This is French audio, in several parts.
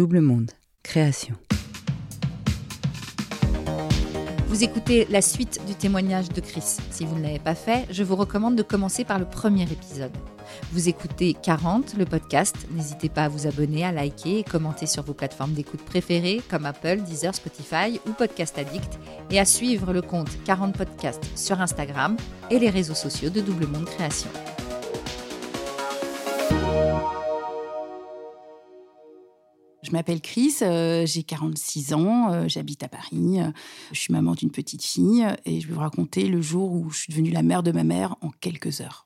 Double Monde, création. Vous écoutez la suite du témoignage de Chris. Si vous ne l'avez pas fait, je vous recommande de commencer par le premier épisode. Vous écoutez 40, le podcast. N'hésitez pas à vous abonner, à liker et commenter sur vos plateformes d'écoute préférées comme Apple, Deezer, Spotify ou Podcast Addict et à suivre le compte 40 Podcast sur Instagram et les réseaux sociaux de Double Monde Création. Je m'appelle Chris, j'ai 46 ans, j'habite à Paris, je suis maman d'une petite fille et je vais vous raconter le jour où je suis devenue la mère de ma mère en quelques heures.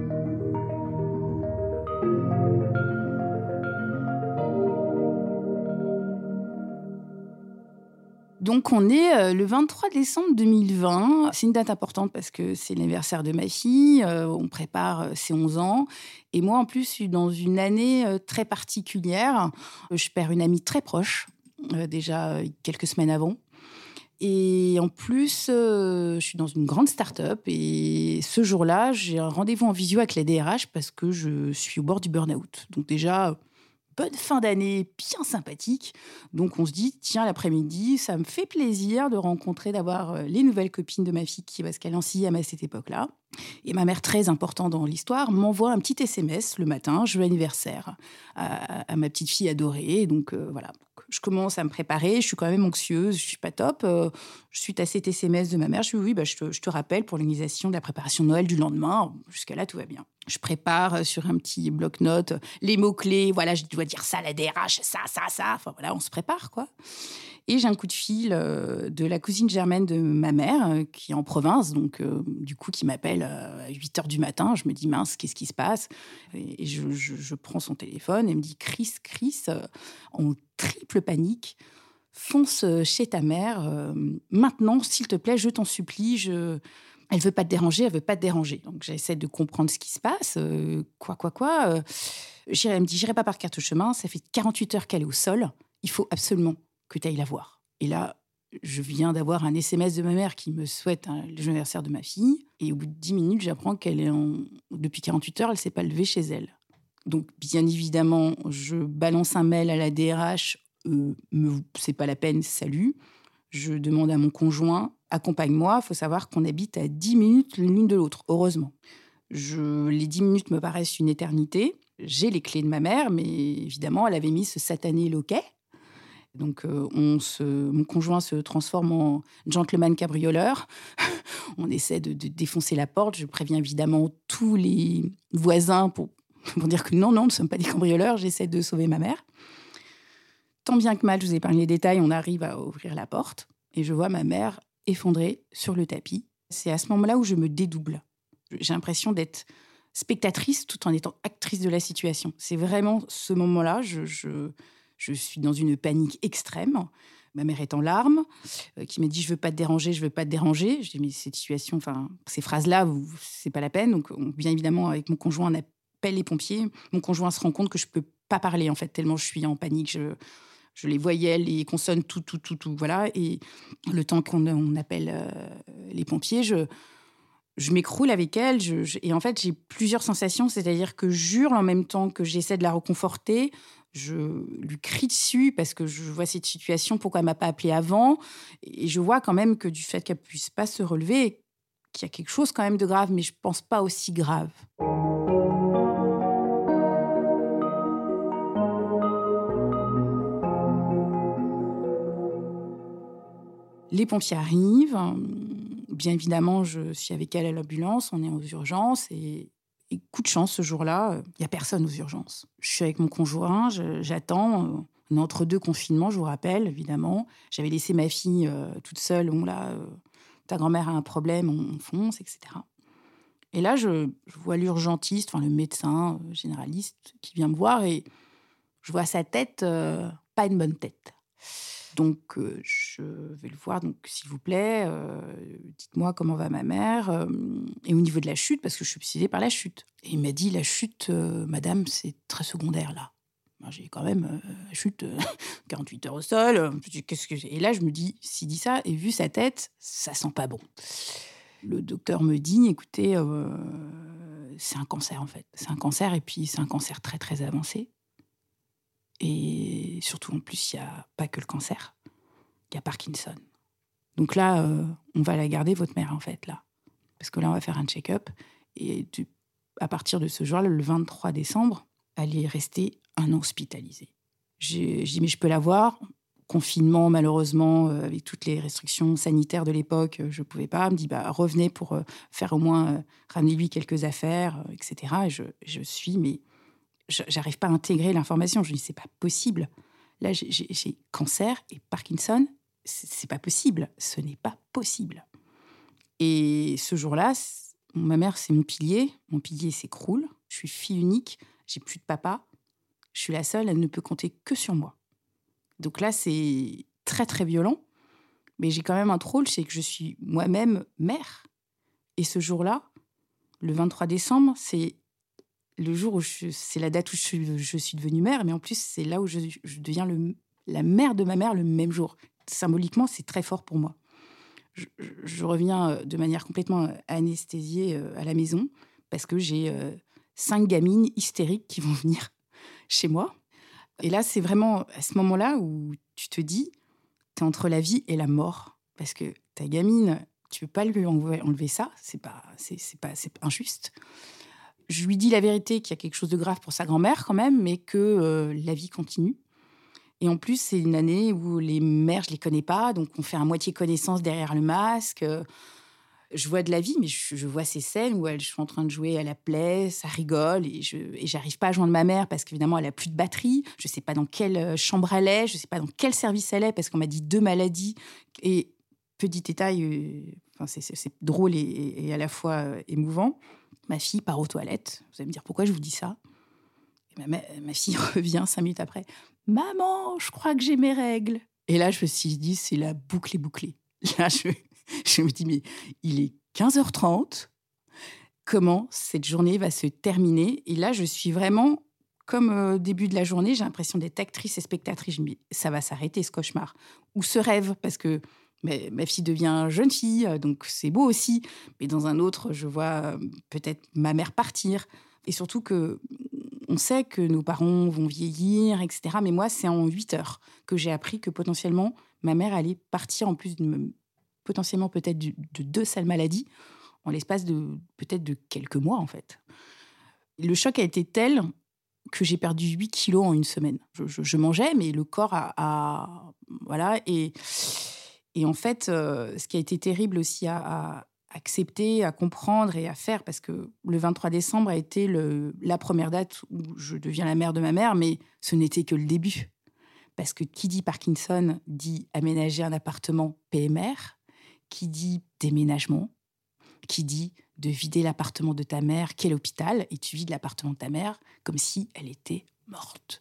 Donc on est le 23 décembre 2020. C'est une date importante parce que c'est l'anniversaire de ma fille, on prépare ses 11 ans. Et moi, en plus, je suis dans une année très particulière. Je perds une amie très proche, déjà quelques semaines avant. Et en plus, je suis dans une grande start-up. Et ce jour-là, j'ai un rendez-vous en visio avec la DRH parce que je suis au bord du burn-out. Donc déjà, bonne fin d'année, bien sympathique. Donc on se dit, tiens, l'après-midi, ça me fait plaisir de rencontrer, d'avoir les nouvelles copines de ma fille, parce qu'elle est en sixième à cette époque-là. Et ma mère, très importante dans l'histoire, m'envoie un petit SMS le matin, joyeux anniversaire à ma petite fille adorée. Et donc voilà, je commence à me préparer, je suis quand même anxieuse, je suis pas top. Je suis à cet SMS de ma mère, je dis oui, je te rappelle pour l'organisation de la préparation de Noël du lendemain. Jusqu'à là, tout va bien. Je prépare sur un petit bloc-notes les mots-clés. Voilà, je dois dire ça à la DRH, ça. Enfin voilà, on se prépare, quoi. Et j'ai un coup de fil de la cousine germaine de ma mère, qui est en province, donc du coup, qui m'appelle à 8h du matin. Je me dis, mince, qu'est-ce qui se passe ? Et je prends son téléphone et me dit, Chris, en triple panique, fonce chez ta mère. Maintenant, s'il te plaît, je t'en supplie, Elle veut pas te déranger. Donc, j'essaie de comprendre ce qui se passe. Quoi. Elle me dit, j'irai pas par carte chemin. Ça fait 48 heures qu'elle est au sol. Il faut absolument que tu ailles la voir. Et là, je viens d'avoir un SMS de ma mère qui me souhaite l'anniversaire de ma fille. Et au bout de 10 minutes, j'apprends qu'elle est depuis 48 heures, elle s'est pas levée chez elle. Donc, bien évidemment, je balance un mail à la DRH. C'est pas la peine, salut. Je demande à mon conjoint, accompagne-moi. Il faut savoir qu'on habite à 10 minutes l'une de l'autre, heureusement. Les 10 minutes me paraissent une éternité. J'ai les clés de ma mère, mais évidemment, elle avait mis ce satané loquet. Donc, mon conjoint se transforme en gentleman cabrioleur. On essaie de défoncer la porte. Je préviens évidemment tous les voisins pour dire que non, nous ne sommes pas des cambrioleurs. J'essaie de sauver ma mère. Tant bien que mal, je vous épargne les détails, on arrive à ouvrir la porte et je vois ma mère effondrée sur le tapis. C'est à ce moment-là où je me dédouble. J'ai l'impression d'être spectatrice tout en étant actrice de la situation. C'est vraiment ce moment-là, je suis dans une panique extrême. Ma mère est en larmes, qui m'a dit « je veux pas te déranger ». Je dis « mais cette situation, ces phrases-là, c'est pas la peine ». Donc bien évidemment, avec mon conjoint, on appelle les pompiers. Mon conjoint se rend compte que je peux pas parler, en fait, tellement je suis en panique. Je les voyais, les consonnes, tout, voilà. Et le temps qu'on appelle les pompiers, je m'écroule avec elle. Et en fait, j'ai plusieurs sensations. C'est-à-dire que je hurle en même temps que j'essaie de la réconforter. Je lui crie dessus parce que je vois cette situation, pourquoi elle ne m'a pas appelée avant. Et je vois quand même que du fait qu'elle ne puisse pas se relever, qu'il y a quelque chose quand même de grave, mais je ne pense pas aussi grave. Les pompiers arrivent. Bien évidemment, je suis avec elle à l'ambulance. On est aux urgences. Et coup de chance, ce jour-là, il n'y a personne aux urgences. Je suis avec mon conjoint, j'attends. On est entre deux confinements, je vous rappelle, évidemment. J'avais laissé ma fille toute seule. Bon, là, ta grand-mère a un problème, on fonce, etc. Et là, je vois l'urgentiste, le médecin généraliste qui vient me voir et je vois sa tête, pas une bonne tête. Donc, je vais le voir. Donc, s'il vous plaît, dites-moi comment va ma mère. Et au niveau de la chute, parce que je suis obsédée par la chute. Et il m'a dit, la chute, madame, c'est très secondaire, là. Moi, j'ai quand même la chute, 48 heures au sol. Et là, je me dis, s'il dit ça, et vu sa tête, ça sent pas bon. Le docteur me dit, écoutez, c'est un cancer, en fait. C'est un cancer, et puis c'est un cancer très, très avancé. Et surtout, en plus, il n'y a pas que le cancer, il y a Parkinson. Donc là, on va la garder, votre mère, en fait, là. Parce que là, on va faire un check-up. Et à partir de ce jour-là, le 23 décembre, elle est restée 1 an hospitalisée. J'ai dit, mais je peux la voir. Confinement, malheureusement, avec toutes les restrictions sanitaires de l'époque, je ne pouvais pas. Elle me dit, revenez pour faire au moins, ramenez-lui quelques affaires, etc. Et je suis, mais j'arrive pas à intégrer l'information. Je dis, c'est pas possible. Là, j'ai cancer et Parkinson. C'est pas possible. Ce n'est pas possible. Et ce jour-là, ma mère, c'est mon pilier. Mon pilier s'écroule. Je suis fille unique. J'ai plus de papa. Je suis la seule. Elle ne peut compter que sur moi. Donc là, c'est très, très violent. Mais j'ai quand même un rôle, c'est que je suis moi-même mère. Et ce jour-là, le 23 décembre, c'est le jour où c'est la date où je suis devenue mère. Mais en plus, c'est là où je deviens la mère de ma mère le même jour. Symboliquement, c'est très fort pour moi. Je reviens de manière complètement anesthésiée à la maison parce que j'ai 5 gamines hystériques qui vont venir chez moi. Et là, c'est vraiment à ce moment-là où tu te dis, t'es entre la vie et la mort. Parce que ta gamine, tu peux pas lui enlever ça, c'est injuste. Je lui dis la vérité qu'il y a quelque chose de grave pour sa grand-mère quand même, mais que la vie continue. Et en plus, c'est une année où les mères, je les connais pas, donc on fait à moitié connaissance derrière le masque. Je vois de la vie, mais je vois ces scènes où elles sont en train de jouer à la plaie, ça rigole, et j'arrive pas à joindre ma mère parce qu'évidemment, elle a plus de batterie. Je sais pas dans quelle chambre elle est, je sais pas dans quel service elle est, parce qu'on m'a dit 2 maladies. Et petit détail, c'est drôle et à la fois émouvant. Ma fille part aux toilettes. Vous allez me dire pourquoi je vous dis ça. Et ma fille revient 5 minutes après. « Maman, je crois que j'ai mes règles. » Et là, je me suis dit, c'est la boucle est bouclée. Là, je me dis, mais il est 15h30. Comment cette journée va se terminer? Et là, je suis vraiment, comme au début de la journée, j'ai l'impression d'être actrice et spectatrice. Je me dis, ça va s'arrêter, ce cauchemar. Ou ce rêve, parce que ma fille devient jeune fille, donc c'est beau aussi. Mais dans un autre, je vois peut-être ma mère partir. Et surtout que on sait que nos parents vont vieillir, etc. Mais moi, c'est en 8 heures que j'ai appris que potentiellement, ma mère allait partir en plus potentiellement peut-être de 2 sales maladies en l'espace de peut-être de quelques mois, en fait. Le choc a été tel que j'ai perdu 8 kilos en 1 semaine. Je mangeais, mais le corps voilà. Et en fait, ce qui a été terrible aussi à accepter, à comprendre et à faire, parce que le 23 décembre a été la première date où je deviens la mère de ma mère, mais ce n'était que le début. Parce que qui dit Parkinson dit aménager un appartement PMR, qui dit déménagement, qui dit de vider l'appartement de ta mère, qui est l'hôpital, et tu vides l'appartement de ta mère comme si elle était morte.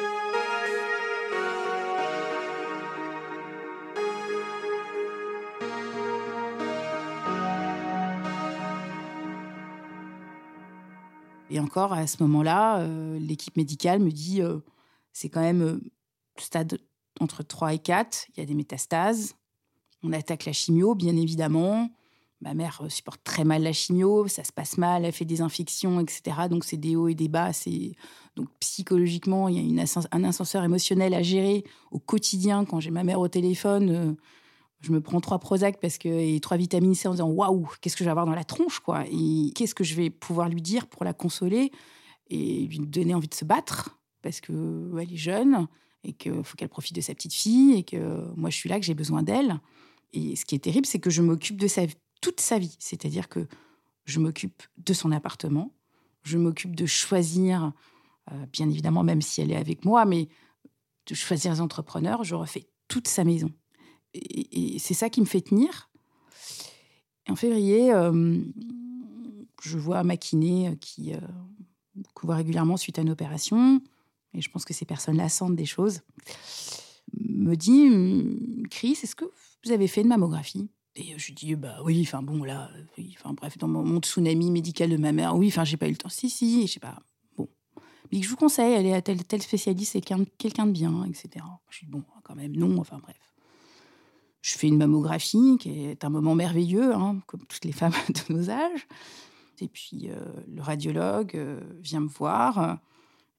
Et encore, à ce moment-là, l'équipe médicale me dit c'est quand même stade entre 3 et 4, il y a des métastases. On attaque la chimio, bien évidemment. Ma mère supporte très mal la chimio, ça se passe mal, elle fait des infections, etc. Donc, c'est des hauts et des bas. Donc, psychologiquement, il y a un ascenseur émotionnel à gérer au quotidien. Quand j'ai ma mère au téléphone, je me prends 3 Prozac et 3 vitamines C en disant « Waouh, qu'est-ce que je vais avoir dans la tronche, quoi ?» Et qu'est-ce que je vais pouvoir lui dire pour la consoler et lui donner envie de se battre parce qu'elle est jeune et qu'il faut qu'elle profite de sa petite fille et que moi, je suis là, que j'ai besoin d'elle. Et ce qui est terrible, c'est que je m'occupe de toute sa vie. C'est-à-dire que je m'occupe de son appartement, je m'occupe de choisir, bien évidemment, même si elle est avec moi, mais de choisir les entrepreneurs, je refais toute sa maison. Et c'est ça qui me fait tenir. Et en février, je vois ma kiné qui voit régulièrement suite à une opération, et je pense que ces personnes-là sentent des choses, me dit « Chris, est-ce que vous avez fait une mammographie ?» Et je dis « oui, bref, dans mon tsunami médical de ma mère, oui, j'ai pas eu le temps. Si, je sais pas. Bon. Mais je vous conseille, aller à tel spécialiste, c'est quelqu'un de bien, etc. » Je dis « bon, quand même, non, bref. » Je fais une mammographie, qui est un moment merveilleux, comme toutes les femmes de nos âges. Et puis, le radiologue vient me voir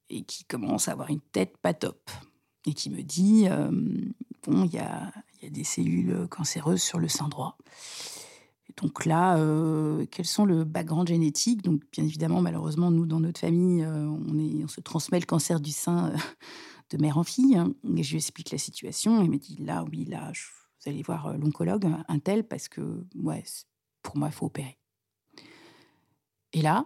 et qui commence à avoir une tête pas top. Et qui me dit, bon, il y a des cellules cancéreuses sur le sein droit. Et donc là, quels sont le background génétique? Donc bien évidemment, malheureusement, nous, dans notre famille, on se transmet le cancer du sein de mère en fille. Et je lui explique la situation. Il me dit, là, oui, là, vous allez voir l'oncologue, un tel, parce que, ouais, pour moi, il faut opérer. Et là,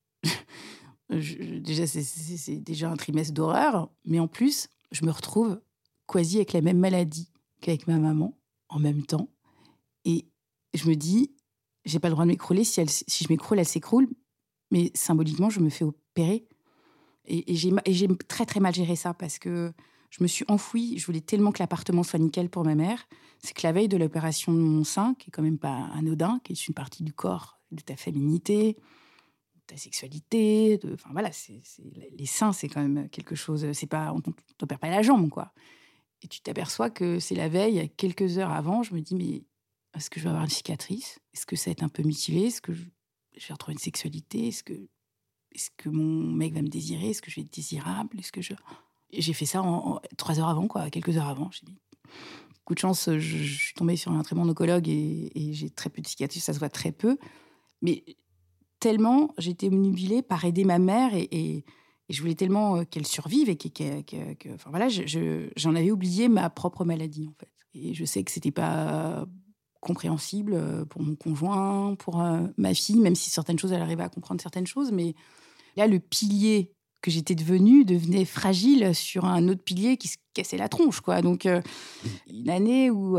déjà, c'est déjà un trimestre d'horreur, mais en plus, je me retrouve quasi avec la même maladie qu'avec ma maman, en même temps. Et je me dis, j'ai pas le droit de m'écrouler. Si je m'écroule, elle s'écroule. Mais symboliquement, je me fais opérer. Et j'ai très, très mal géré ça parce que je me suis enfouie. Je voulais tellement que l'appartement soit nickel pour ma mère. C'est que la veille de l'opération de mon sein, qui est quand même pas anodin, qui est une partie du corps, de ta féminité, ta sexualité, enfin voilà, les seins, c'est quand même quelque chose, c'est pas, on t'opère pas la jambe, quoi. Et tu t'aperçois que c'est la veille, quelques heures avant, je me dis, mais est-ce que je vais avoir une cicatrice? Est-ce que ça va être un peu mutilé? Est-ce que je vais retrouver une sexualité? Est-ce que mon mec va me désirer? Est-ce que je vais être désirable? Et j'ai fait ça en 3 heures avant, quoi, quelques heures avant. J'ai dit, coup de chance, je suis tombée sur un très bon oncologue et j'ai très peu de cicatrices, ça se voit très peu. Mais tellement j'étais obnubilée par aider ma mère et je voulais tellement qu'elle survive et enfin voilà, j'en avais oublié ma propre maladie, en fait. Et je sais que c'était pas compréhensible pour mon conjoint, pour ma fille, même si certaines choses, elle arrivait à comprendre certaines choses. Mais là, le pilier que j'étais devenait fragile sur un autre pilier qui se cassait la tronche, quoi. Donc, une année où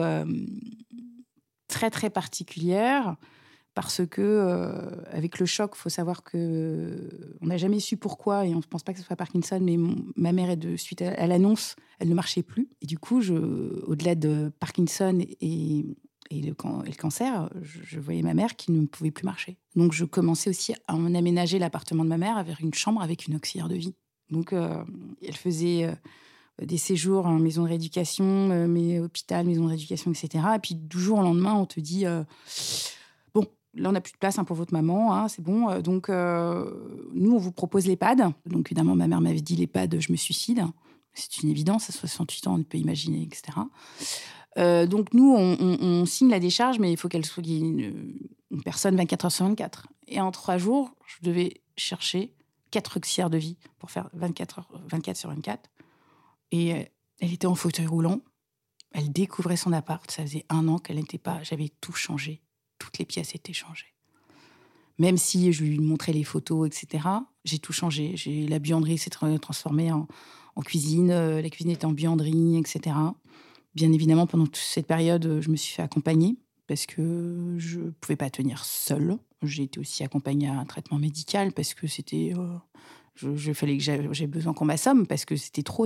très, très particulière. Parce que, avec le choc, il faut savoir qu'on n'a jamais su pourquoi, et on ne pense pas que ce soit Parkinson, mais ma mère, suite à l'annonce, elle ne marchait plus. Et du coup, au-delà de Parkinson et le cancer, je voyais ma mère qui ne pouvait plus marcher. Donc, je commençais aussi à en aménager l'appartement de ma mère avec une chambre avec une auxiliaire de vie. Donc, elle faisait des séjours en maison de rééducation, hôpital, maison de rééducation, etc. Et puis, du jour au lendemain, on te dit... bon, là, on n'a plus de place pour votre maman, c'est bon. Donc, nous, on vous propose l'EHPAD. Donc, évidemment, ma mère m'avait dit l'EHPAD, je me suicide. C'est une évidence, à 68 ans, on peut imaginer, etc. Donc, nous, on signe la décharge, mais il faut qu'elle soit une personne 24 heures sur 24. Et en 3 jours, je devais chercher 4 auxiliaires de vie pour faire 24 sur 24. Et elle était en fauteuil roulant. Elle découvrait son appart. Ça faisait 1 an qu'elle n'était pas... J'avais tout changé. Toutes les pièces étaient changées. Même si je lui montrais les photos, etc., j'ai tout changé. La buanderie s'est transformée en cuisine. La cuisine était en buanderie, etc. Bien évidemment, pendant toute cette période, je me suis fait accompagner parce que je ne pouvais pas tenir seule. J'ai été aussi accompagnée à un traitement médical parce que c'était... fallait que j'ai besoin qu'on m'assomme parce que c'était trop.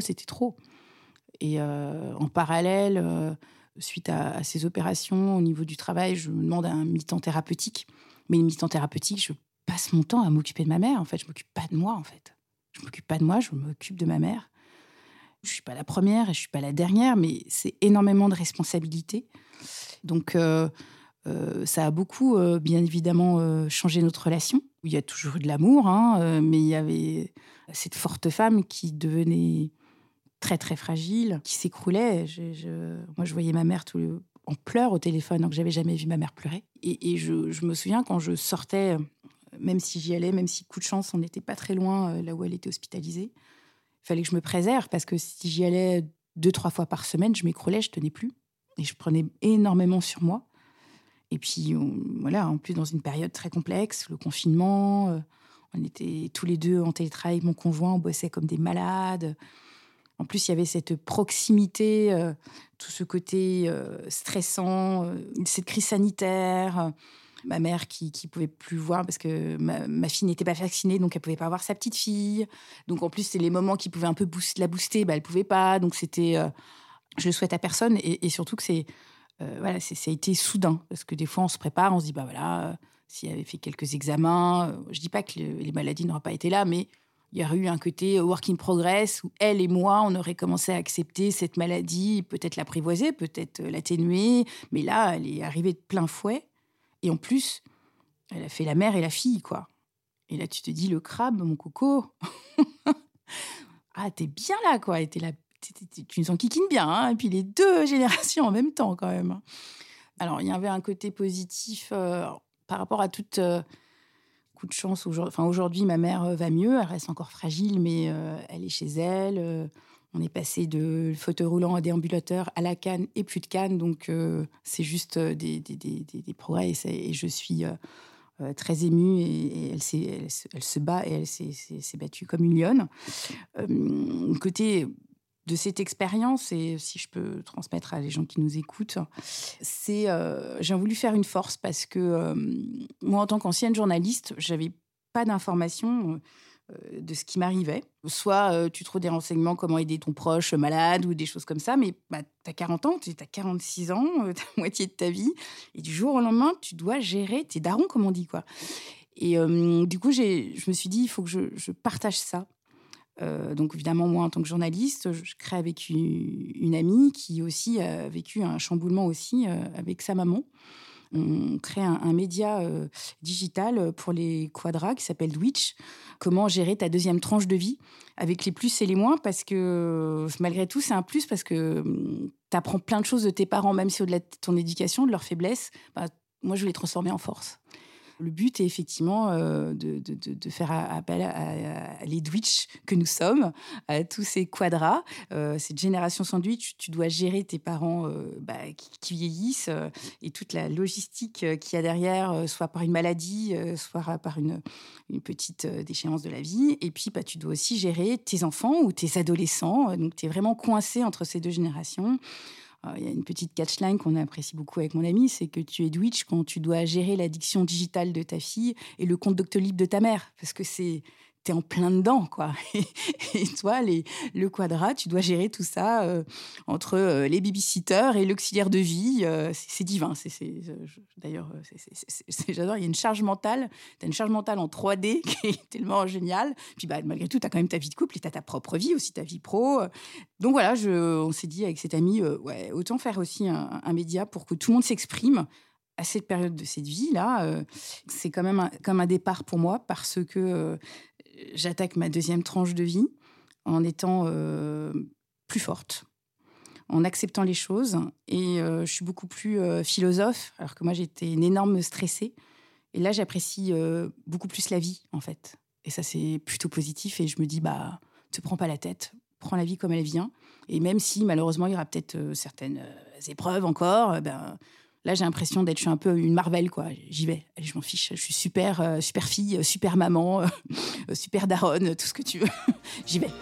Et en parallèle... suite à ces opérations, au niveau du travail, je me demande un mi-temps thérapeutique. Mais le mi-temps thérapeutique, je passe mon temps à m'occuper de ma mère. En fait, je m'occupe pas de moi, en fait. Je m'occupe pas de moi, je m'occupe de ma mère. Je suis pas la première et je suis pas la dernière, mais c'est énormément de responsabilités. Donc, ça a beaucoup, bien évidemment, changé notre relation. Il y a toujours eu de l'amour, mais il y avait cette forte femme qui devenait... très, très fragile, qui s'écroulait. Moi, je voyais ma mère en pleurs au téléphone, donc je n'avais jamais vu ma mère pleurer. Et je me souviens, quand je sortais, même si j'y allais, même si, coup de chance, on n'était pas très loin, là où elle était hospitalisée, il fallait que je me préserve, parce que si j'y allais 2-3 fois par semaine, je m'écroulais, je ne tenais plus. Et je prenais énormément sur moi. Et puis, voilà, en plus, dans une période très complexe, le confinement, on était tous les deux en télétravail avec mon conjoint, on bossait comme des malades. En plus, il y avait cette proximité, tout ce côté stressant, cette crise sanitaire. Ma mère qui pouvait plus voir parce que ma fille n'était pas vaccinée, donc elle pouvait pas voir sa petite fille. Donc en plus, c'est les moments qui pouvaient un peu la booster, elle pouvait pas. Donc c'était, je le souhaite à personne et surtout que voilà, ça a été soudain parce que des fois on se prépare, on se dit voilà, s'il avait fait quelques examens, je dis pas que les maladies n'auraient pas été là, mais il y aurait eu un côté work in progress où elle et moi, on aurait commencé à accepter cette maladie, peut-être l'apprivoiser, peut-être l'atténuer. Mais là, elle est arrivée de plein fouet. Et en plus, elle a fait la mère et la fille, quoi. Et là, tu te dis, le crabe, mon coco. Ah, t'es bien là, quoi. Et tu nous enquiquines bien, hein. Et puis les 2 générations en même temps, quand même. Alors, il y avait un côté positif par rapport à toute coup de chance. Aujourd'hui, ma mère va mieux. Elle reste encore fragile, mais elle est chez elle. On est passé de fauteuil roulant à déambulateur à la canne et plus de canne. Donc, c'est juste des progrès. Et je suis très émue. Et elle se bat et elle s'est battue comme une lionne. Côté de cette expérience, et si je peux transmettre à les gens qui nous écoutent, c'est j'ai voulu faire une force parce que moi, en tant qu'ancienne journaliste, j'avais pas d'informations de ce qui m'arrivait. Soit tu trouves des renseignements, comment aider ton proche malade ou des choses comme ça, mais t'as 40 ans, t'as 46 ans, t'as la moitié de ta vie, et du jour au lendemain, tu dois gérer tes darons, comme on dit, quoi. Et du coup, je me suis dit, il faut que je partage ça. Donc évidemment, moi, en tant que journaliste, je crée avec une amie qui aussi a vécu un chamboulement aussi avec sa maman. On crée un média digital pour les quadras qui s'appelle Twitch. Comment gérer ta deuxième tranche de vie avec les plus et les moins, parce que malgré tout, c'est un plus parce que tu apprends plein de choses de tes parents, même si au-delà de ton éducation, de leurs faiblesses, moi, je vais les transformer en force. Le but est effectivement de faire appel à les Twitch que nous sommes, à tous ces quadras. Cette génération sandwich, tu dois gérer tes parents qui vieillissent et toute la logistique qu'il y a derrière, soit par une maladie, soit par une petite déchéance de la vie. Et puis, tu dois aussi gérer tes enfants ou tes adolescents. Donc, tu es vraiment coincé entre ces 2 générations. Il y a une petite catchline qu'on apprécie beaucoup avec mon ami, c'est que tu es Twitch quand tu dois gérer l'addiction digitale de ta fille et le compte Doctolib de ta mère, parce que t'es en plein dedans, quoi. Et toi, le quadra, tu dois gérer tout ça entre les babysitters et l'auxiliaire de vie. C'est divin. D'ailleurs, j'adore. Il y a une charge mentale. T'as une charge mentale en 3D qui est tellement géniale. Puis malgré tout, t'as quand même ta vie de couple et t'as ta propre vie aussi, ta vie pro. Donc voilà, on s'est dit avec cette amie, autant faire aussi un média pour que tout le monde s'exprime à cette période de cette vie-là. C'est quand même comme un départ pour moi parce que j'attaque ma deuxième tranche de vie en étant plus forte, en acceptant les choses. Et je suis beaucoup plus philosophe, alors que moi, j'étais une énorme stressée. Et là, j'apprécie beaucoup plus la vie, en fait. Et ça, c'est plutôt positif. Et je me dis, te prends pas la tête. Prends la vie comme elle vient. Et même si, malheureusement, il y aura peut-être certaines épreuves encore, là, j'ai l'impression je suis un peu une Marvel, quoi. J'y vais. Allez, je m'en fiche. Je suis super fille, super maman, super daronne, tout ce que tu veux. J'y vais.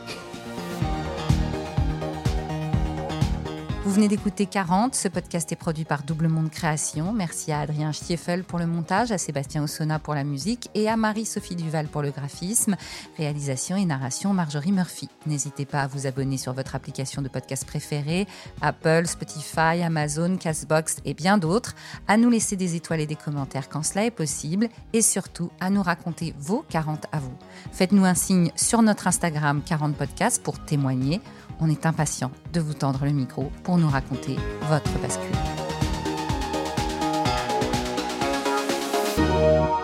Vous venez d'écouter 40. Ce podcast est produit par Double Monde Création. Merci à Adrien Stiefel pour le montage, à Sébastien Ossona pour la musique et à Marie-Sophie Duval pour le graphisme. Réalisation et narration, Marjorie Murphy. N'hésitez pas à vous abonner sur votre application de podcast préférée, Apple, Spotify, Amazon, Castbox et bien d'autres, à nous laisser des étoiles et des commentaires quand cela est possible et surtout à nous raconter vos 40 à vous. Faites-nous un signe sur notre Instagram 40 podcasts pour témoigner. On est impatient de vous tendre le micro pour nous raconter votre bascule.